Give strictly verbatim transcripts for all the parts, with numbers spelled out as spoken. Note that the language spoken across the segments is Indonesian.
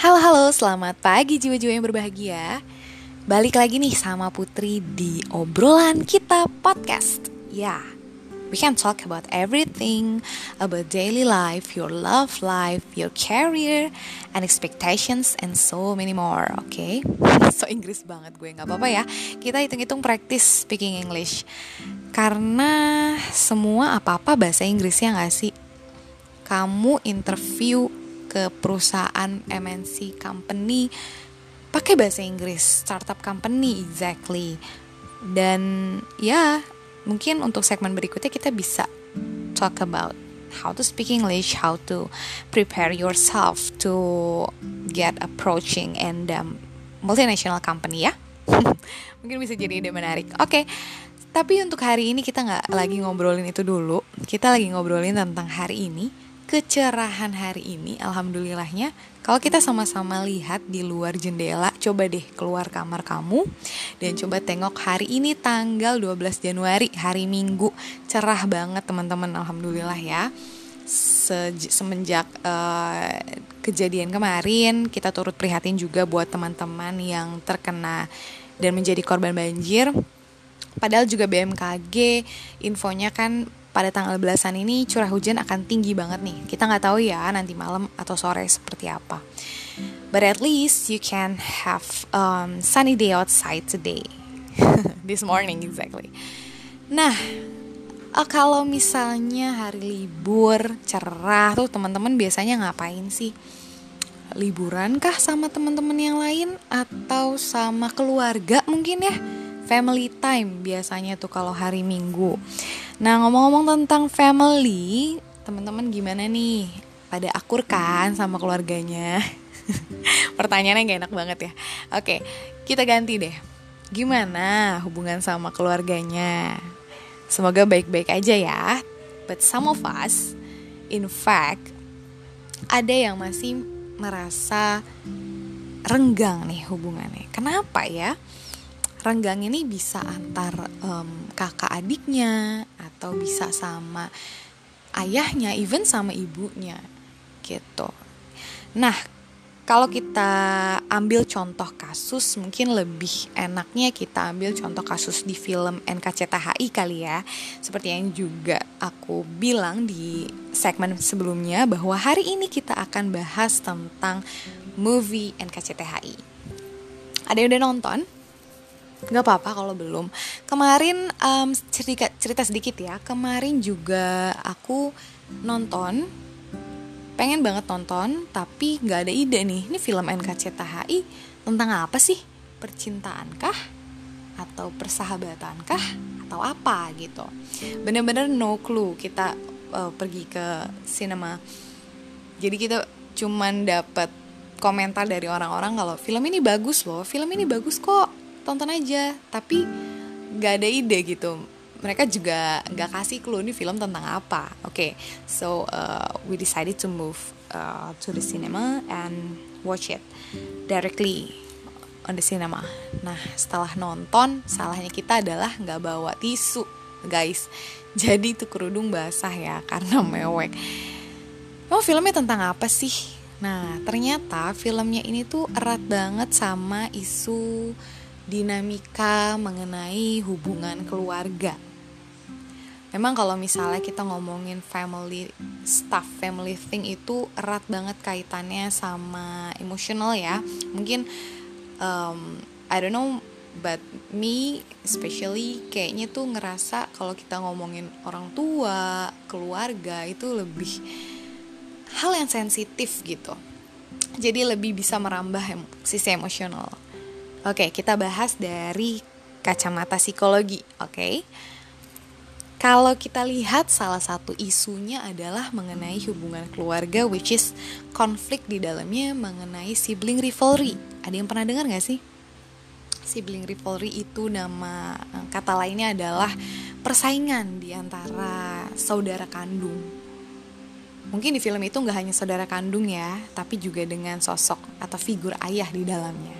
Halo halo, selamat pagi jiwa-jiwa yang berbahagia. Balik lagi nih sama Putri di obrolan kita podcast. Ya, yeah, we can talk about everything, about daily life, your love life, your career, and expectations, and so many more. Oke, okay? So Inggris banget gue, nggak apa-apa ya. Kita hitung-hitung practice speaking English. Karena semua apa-apa bahasa Inggrisnya nggak sih? Kamu interview ke perusahaan M N C company pakai bahasa Inggris, startup company exactly. Dan ya, mungkin untuk segmen berikutnya kita bisa talk about how to speak English, how to prepare yourself to get approaching and um, multinational company ya. Mungkin bisa jadi ide menarik. Oke, okay. Tapi untuk hari ini kita nggak lagi ngobrolin itu dulu. Kita lagi ngobrolin tentang hari ini. Kecerahan hari ini, alhamdulillahnya, kalau kita sama-sama lihat di luar jendela, coba deh keluar kamar kamu dan coba tengok hari ini tanggal dua belas Januari, hari Minggu, cerah banget teman-teman, alhamdulillah ya. Se- semenjak uh, kejadian kemarin, kita turut prihatin juga buat teman-teman yang terkena dan menjadi korban banjir. Padahal juga B M K G infonya kan pada tanggal belasan ini curah hujan akan tinggi banget nih. Kita nggak tahu ya nanti malam atau sore seperti apa. But at least you can have um, sunny day outside today. This morning exactly. Nah, uh, kalau misalnya hari libur cerah tuh teman-teman biasanya ngapain sih? Liburan kah sama teman-teman yang lain atau sama keluarga mungkin ya? Family time biasanya tuh kalau hari Minggu. Nah, ngomong-ngomong tentang family, teman-teman gimana nih? Pada akur kan sama keluarganya? Pertanyaannya gak enak banget ya. Oke, kita ganti deh. Gimana hubungan sama keluarganya? Semoga baik-baik aja ya. But some of us, in fact, ada yang masih merasa renggang nih hubungannya. Kenapa ya? Renggang ini bisa antar um, kakak adiknya atau bisa sama ayahnya, even sama ibunya gitu. Nah, kalau kita ambil contoh kasus, mungkin lebih enaknya kita ambil contoh kasus di film N K C T H I kali ya. Seperti yang juga aku bilang di segmen sebelumnya, bahwa hari ini kita akan bahas tentang movie N K C T H I. Ada yang udah nonton? Gak apa-apa kalau belum. Kemarin um, cerita, cerita sedikit ya. Kemarin juga aku nonton, pengen banget nonton, tapi gak ada ide nih. Ini film N K C T H I tentang apa sih? Percintaan kah? Atau persahabatan kah? Atau apa gitu. Bener-bener no clue. Kita uh, pergi ke cinema. Jadi kita cuman dapat komentar dari orang-orang kalau film ini bagus loh, film ini bagus kok, tonton aja, tapi gak ada ide gitu. Mereka juga gak kasih clue ini film tentang apa. Oke, okay, so uh, we decided to move uh, to the cinema and watch it directly on the cinema. Nah, setelah nonton, salahnya kita adalah gak bawa tisu, guys. Jadi itu kerudung basah ya, karena mewek. Oh, filmnya tentang apa sih? Nah, ternyata filmnya ini tuh erat banget sama isu dinamika mengenai hubungan keluarga. Memang kalau misalnya kita ngomongin family stuff, family thing itu erat banget kaitannya sama emosional ya. Mungkin um, I don't know, but me especially kayaknya tuh ngerasa kalau kita ngomongin orang tua, keluarga itu lebih hal yang sensitif gitu. Jadi lebih bisa merambah em- sisi emosional. Oke, kita bahas dari kacamata psikologi, oke? Kalau kita lihat salah satu isunya adalah mengenai hubungan keluarga, which is konflik di dalamnya mengenai sibling rivalry. Ada yang pernah dengar gak sih? Sibling rivalry itu nama kata lainnya adalah persaingan di antara saudara kandung. Mungkin di film itu gak hanya saudara kandung ya, tapi juga dengan sosok atau figur ayah di dalamnya.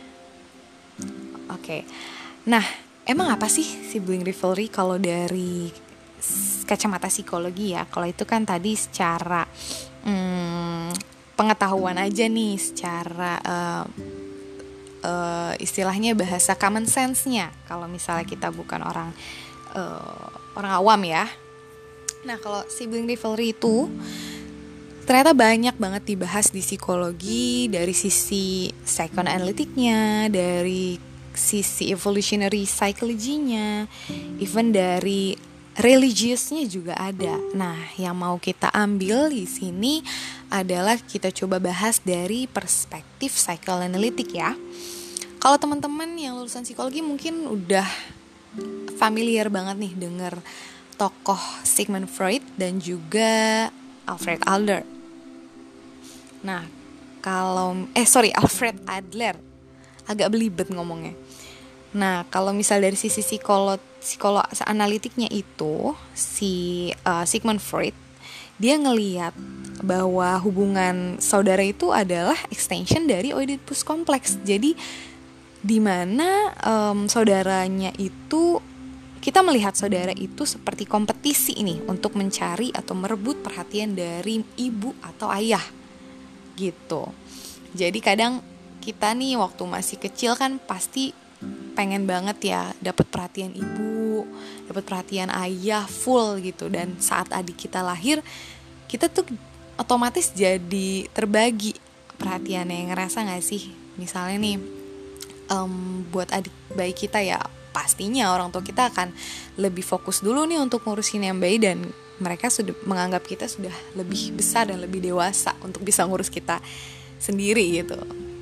Oke, okay. Nah, emang apa sih sibling rivalry kalau dari kacamata psikologi ya? Kalau itu kan tadi secara hmm, sepengetahuan aja nih secara uh, uh, istilahnya bahasa common sense-nya. Kalau misalnya kita bukan orang uh, orang awam ya. Nah, kalau sibling rivalry itu ternyata banyak banget dibahas di psikologi dari sisi psychoanalytiknya, dari sisi evolutionary psychology-nya, even dari religiusnya juga ada. Nah, yang mau kita ambil di sini adalah kita coba bahas dari perspektif psychoanalytic ya. Kalau teman-teman yang lulusan psikologi mungkin udah familiar banget nih dengar tokoh Sigmund Freud dan juga Alfred Adler. Nah, kalau eh sorry Alfred Adler, agak belibet ngomongnya. Nah, kalau misal dari sisi psikolog psikolog analitiknya itu si uh, Sigmund Freud, dia ngelihat bahwa hubungan saudara itu adalah extension dari Oedipus complex. Jadi di mana um, saudaranya itu, kita melihat saudara itu seperti kompetisi ini untuk mencari atau merebut perhatian dari ibu atau ayah gitu. Jadi kadang kita nih waktu masih kecil kan pasti pengen banget ya dapat perhatian ibu, dapat perhatian ayah full gitu. Dan saat adik kita lahir, kita tuh otomatis jadi terbagi perhatiannya. Ngerasa gak sih? Misalnya nih um, buat adik bayi kita ya, pastinya orang tua kita akan lebih fokus dulu nih untuk ngurusin yang bayi, dan mereka sudah menganggap kita sudah lebih besar dan lebih dewasa untuk bisa ngurus kita sendiri gitu.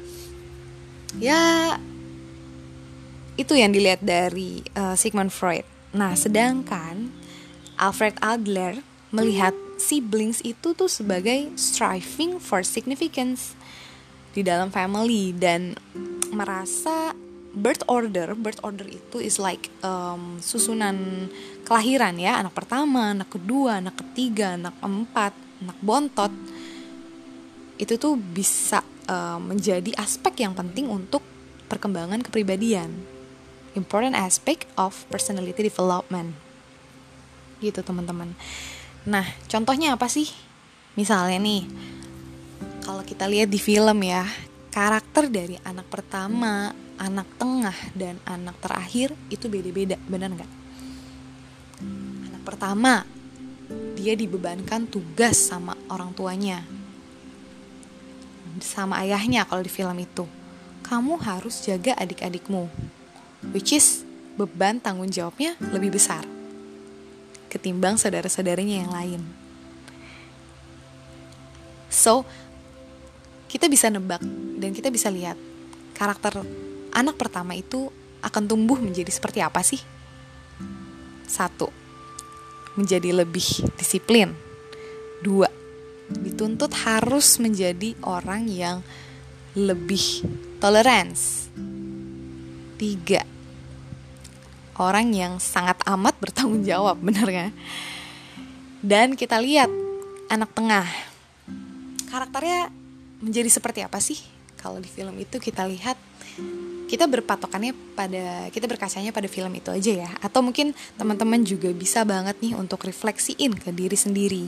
Ya, itu yang dilihat dari uh, Sigmund Freud. Nah, sedangkan Alfred Adler melihat siblings itu tuh sebagai striving for significance di dalam family, dan merasa birth order, birth order itu is like um, susunan kelahiran ya, anak pertama, anak kedua, anak ketiga, anak keempat, anak bontot. Itu tuh bisa uh, menjadi aspek yang penting untuk perkembangan kepribadian. Important aspect of personality development. Gitu teman-teman. Nah, contohnya apa sih? Misalnya nih, kalau kita lihat di film ya, karakter dari anak pertama, anak tengah, dan anak terakhir itu beda-beda, benar nggak? Anak pertama, dia dibebankan tugas sama orang tuanya, sama ayahnya kalau di film itu. Kamu harus jaga adik-adikmu, which is beban tanggung jawabnya lebih besar ketimbang saudara-saudaranya yang lain. So, kita bisa nebak dan kita bisa lihat karakter anak pertama itu akan tumbuh menjadi seperti apa sih? Satu, menjadi lebih disiplin. Dua, dituntut harus menjadi orang yang lebih tolerance. Tiga, orang yang sangat amat bertanggung jawab, benar gak? Dan kita lihat anak tengah, karakternya menjadi seperti apa sih? Kalau di film itu kita lihat, kita berpatokannya pada, kita berkacanya pada film itu aja ya. Atau mungkin teman-teman juga bisa banget nih untuk refleksiin ke diri sendiri.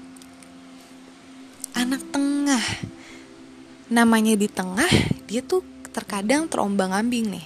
Anak tengah, namanya di tengah, dia tuh terkadang terombang-ambing nih.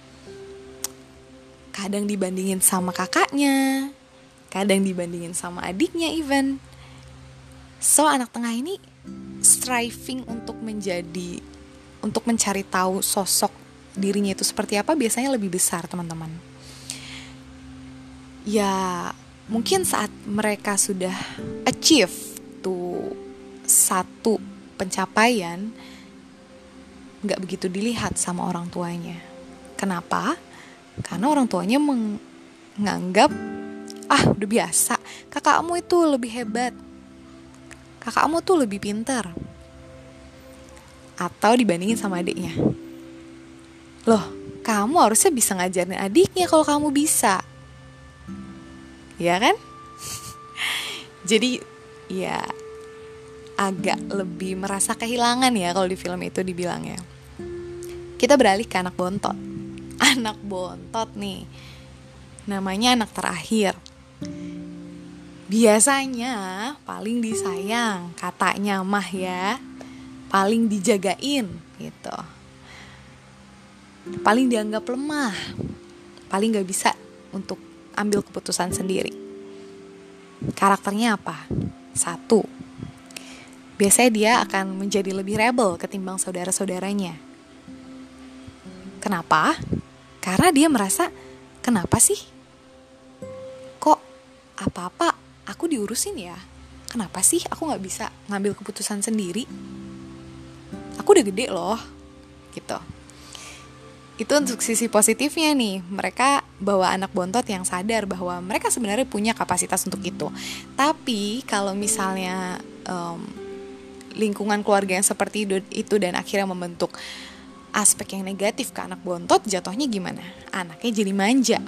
Kadang dibandingin sama kakaknya, kadang dibandingin sama adiknya even. So, anak tengah ini striving untuk menjadi, untuk mencari tahu sosok dirinya itu seperti apa, biasanya lebih besar teman-teman. Ya, mungkin saat mereka sudah achieve tuh satu pencapaian, gak begitu dilihat sama orang tuanya. Kenapa? Karena orang tuanya menganggap, ah udah biasa, kakakmu itu lebih hebat, kakakmu tuh lebih pintar. Atau dibandingin sama adiknya, loh kamu harusnya bisa ngajarin adiknya kalau kamu bisa, ya kan? Jadi ya agak lebih merasa kehilangan ya kalau di film itu dibilangnya. Kita beralih ke anak bontot. Anak bontot nih, namanya anak terakhir. Biasanya paling disayang, katanya mah ya. paling dijagain gitu, paling dianggap lemah, paling gak bisa untuk ambil keputusan sendiri. Karakternya apa? Satu, biasanya dia akan menjadi lebih rebel ketimbang saudara-saudaranya. Kenapa? Karena dia merasa, kenapa sih? Kok apa-apa aku diurusin ya? Kenapa sih aku gak bisa ngambil keputusan sendiri? Aku udah gede loh, gitu. Itu untuk sisi positifnya nih, mereka bawa anak bontot yang sadar bahwa mereka sebenarnya punya kapasitas untuk itu. Tapi kalau misalnya um, lingkungan keluarga yang seperti itu dan akhirnya membentuk aspek yang negatif ke anak bontot, jatuhnya gimana? Anaknya jadi manja,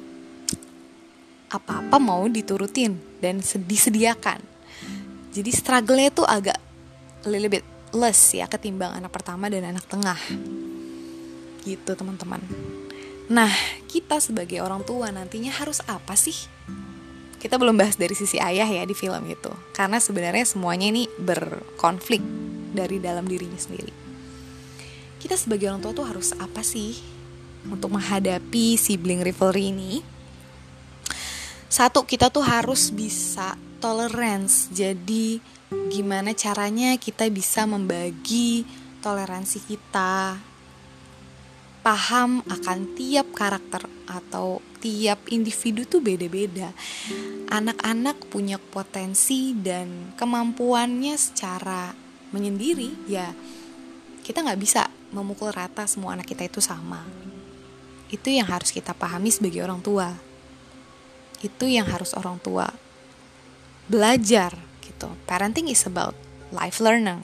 apa-apa mau diturutin dan disediakan. Jadi struggle-nya tuh agak a little bit less ya ketimbang anak pertama dan anak tengah. Gitu teman-teman. Nah, kita sebagai orang tua nantinya harus apa sih? Kita belum bahas dari sisi ayah ya di film itu, karena sebenarnya semuanya ini berkonflik dari dalam dirinya sendiri. Kita sebagai orang tua tuh harus apa sih untuk menghadapi sibling rivalry ini? Satu, kita tuh harus bisa tolerance. Jadi gimana caranya kita bisa membagi toleransi kita, paham akan tiap karakter atau tiap individu tuh beda-beda. Anak-anak punya potensi dan kemampuannya secara menyendiri. Ya kita gak bisa memukul rata semua anak kita itu sama. Itu yang harus kita pahami sebagai orang tua. Itu yang harus orang tua belajar gitu. Parenting is about life learner.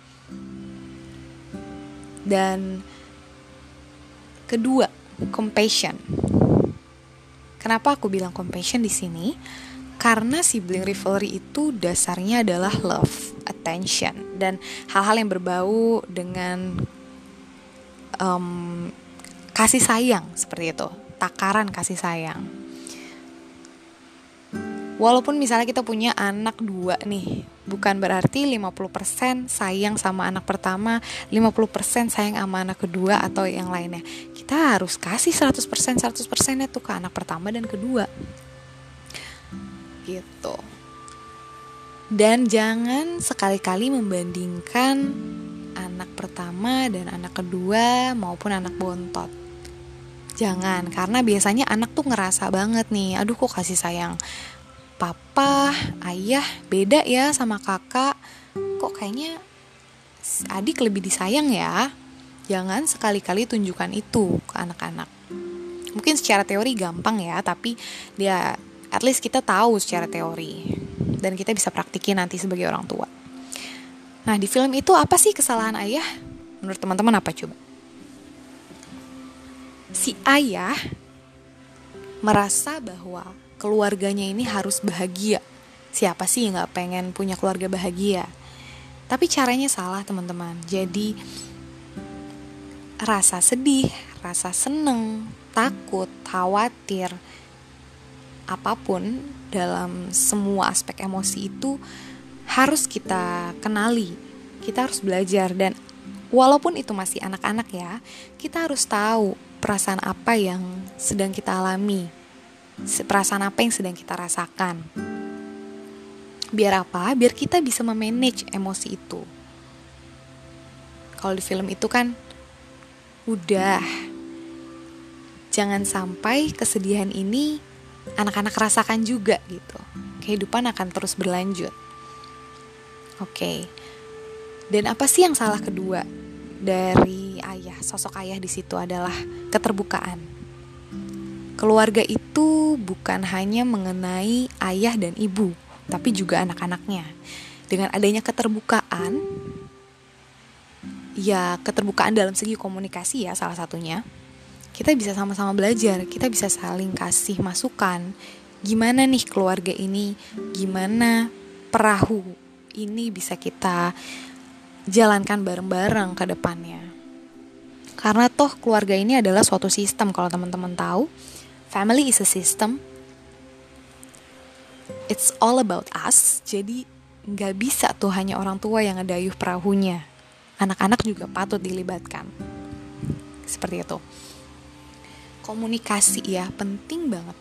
Dan kedua, compassion. Kenapa aku bilang compassion di sini? Karena sibling rivalry itu dasarnya adalah love, attention, dan hal-hal yang berbau dengan um, kasih sayang seperti itu, takaran kasih sayang. Walaupun misalnya kita punya anak dua nih, bukan berarti lima puluh persen sayang sama anak pertama, lima puluh persen sayang sama anak kedua atau yang lainnya. Kita harus kasih seratus persen seratus persen itu ke anak pertama dan kedua. Gitu. Dan jangan sekali-kali membandingkan anak pertama dan anak kedua maupun anak bontot. Jangan, karena biasanya anak tuh ngerasa banget nih, aduh kok kasih sayang papa, ayah beda ya sama kakak, kok kayaknya adik lebih disayang ya. Jangan sekali-kali tunjukkan itu ke anak-anak. Mungkin secara teori gampang ya, tapi dia at least kita tahu secara teori dan kita bisa praktikin nanti sebagai orang tua. Nah, di film itu apa sih kesalahan ayah? Menurut teman-teman apa coba? Si ayah merasa bahwa keluarganya ini harus bahagia. Siapa sih yang gak pengen punya keluarga bahagia? Tapi caranya salah teman-teman. Jadi rasa sedih, rasa seneng, takut, khawatir, apapun dalam semua aspek emosi itu harus kita kenali. Kita harus belajar, dan walaupun itu masih anak-anak ya, kita harus tahu perasaan apa yang sedang kita alami, perasaan apa yang sedang kita rasakan. Biar apa? Biar kita bisa memanage emosi itu. Kalau di film itu kan udah, jangan sampai kesedihan ini anak-anak rasakan juga gitu. Kehidupan akan terus berlanjut. Oke. Okay. Dan apa sih yang salah kedua dari ayah? Sosok ayah di situ adalah keterbukaan. Keluarga itu bukan hanya mengenai ayah dan ibu, tapi juga anak-anaknya. Dengan adanya keterbukaan, ya keterbukaan dalam segi komunikasi ya salah satunya, kita bisa sama-sama belajar, kita bisa saling kasih masukan. Gimana nih keluarga ini, gimana perahu ini bisa kita jalankan bareng-bareng ke depannya. Karena toh keluarga ini adalah suatu sistem, kalau teman-teman tahu. Family is a system. It's all about us. Jadi gak bisa tuh hanya orang tua yang ngedayuh perahunya. anak-anak juga patut dilibatkan. Seperti itu. Komunikasi ya, penting banget.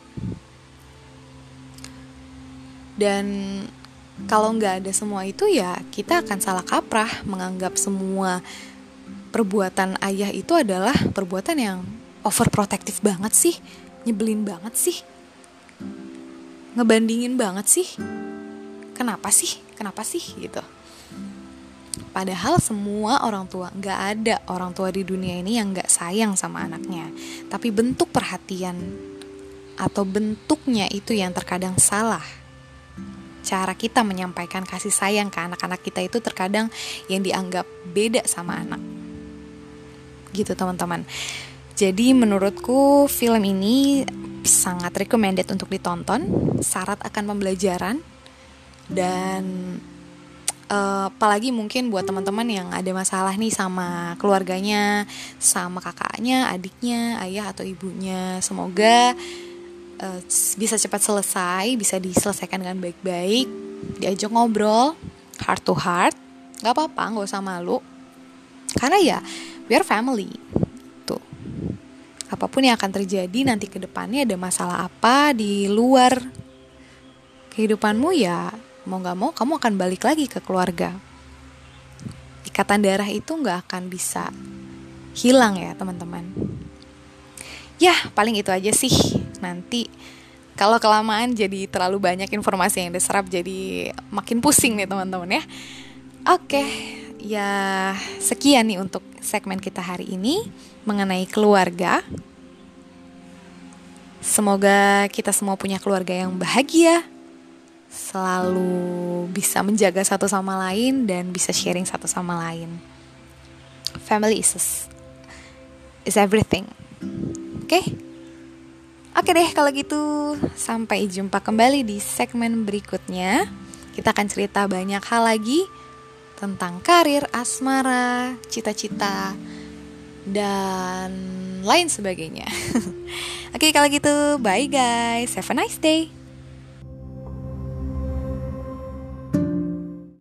Dan kalau nggak ada semua itu ya kita akan salah kaprah menganggap semua perbuatan ayah itu adalah perbuatan yang overprotective banget sih, nyebelin banget sih, ngebandingin banget sih. Kenapa sih? Kenapa sih gitu? Padahal semua orang tua, nggak ada orang tua di dunia ini yang nggak sayang sama anaknya. Tapi bentuk perhatian atau bentuknya itu yang terkadang salah. Cara kita menyampaikan kasih sayang ke anak-anak kita itu terkadang yang dianggap beda sama anak. Gitu teman-teman. Jadi menurutku film ini sangat recommended untuk ditonton. Syarat akan pembelajaran. Dan uh, apalagi mungkin buat teman-teman yang ada masalah nih sama keluarganya, sama kakaknya, adiknya, ayah atau ibunya. Semoga Uh, bisa cepat selesai, bisa diselesaikan dengan baik-baik, diajak ngobrol, heart to heart, gak apa-apa, gak usah malu, karena ya we are family, tuh. Apapun yang akan terjadi nanti ke depannya, ada masalah apa di luar kehidupanmu ya, mau gak mau kamu akan balik lagi ke keluarga. Ikatan darah itu gak akan bisa hilang ya teman-teman. Ya paling itu aja sih. Nanti kalau kelamaan jadi terlalu banyak informasi yang diserap, jadi makin pusing nih teman-teman ya. Oke, ya sekian nih untuk segmen kita hari ini mengenai keluarga. Semoga kita semua punya keluarga yang bahagia, selalu bisa menjaga satu sama lain dan bisa sharing satu sama lain. Family is is everything. Oke? Okay? Oke deh kalau gitu, sampai jumpa kembali di segmen berikutnya. Kita akan cerita banyak hal lagi tentang karir, asmara, cita-cita, dan lain sebagainya. Oke kalau gitu, bye guys, have a nice day.